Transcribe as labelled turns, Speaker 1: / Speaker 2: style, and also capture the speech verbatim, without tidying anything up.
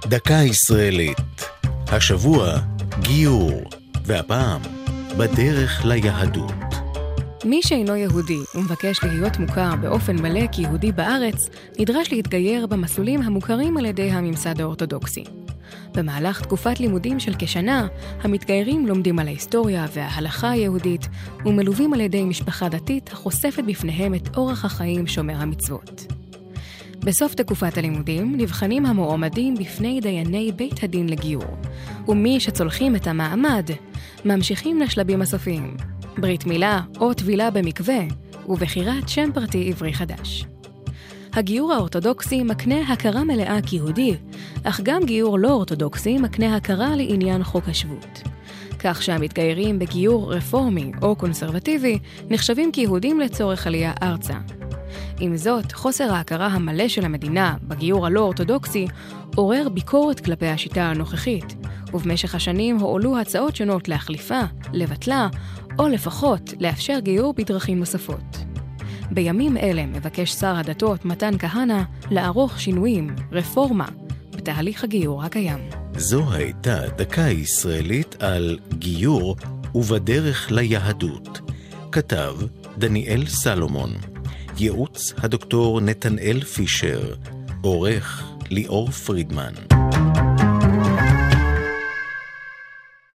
Speaker 1: דקה ישראלית. השבוע גיור, והפעם בדרך ליהדות.
Speaker 2: מי שאינו יהודי ומבקש להיות מוכר באופן מלא כיהודי בארץ, נדרש להתגייר במסלולים המוכרים על ידי הממסד האורתודוקסי. במהלך תקופת לימודים של כשנה, המתגיירים לומדים על ההיסטוריה וההלכה היהודית, ומלווים על ידי משפחה דתית החושפת בפניהם את אורח החיים שומר המצוות. בסוף תקופת הלימודים נבחנים המועמדים בפני דייני בית הדין לגיור, ומי שצולחים את המעמד ממשיכים לשלבים הסופיים, ברית מילה או טבילה במקווה, ובחירת שם פרטי עברי חדש. הגיור האורתודוקסי מקנה הכרה מלאה כיהודי, אך גם גיור לא אורתודוקסי מקנה הכרה לעניין חוק השבות. כך שהמתגיירים בגיור רפורמי או קונסרבטיבי נחשבים כיהודים לצורך עלייה ארצה. עם זאת, חוסר ההכרה המלא של המדינה בגיור הלא אורתודוקסי עורר ביקורת כלפי השיטה הנוכחית, ובמשך השנים הועלו הצעות שונות להחליפה, לבטלה, או לפחות לאפשר גיור בדרכים נוספות. בימים אלה מבקש שר הדתות מתן כהנא לערוך שינויים, רפורמה, בתהליך הגיור הקיים.
Speaker 1: זו הייתה דקה ישראלית על גיור ובדרך ליהדות. כתב דניאל סלומון. ייעוץ הדוקטור נתנאל פישר. עורך ליאור פרידמן.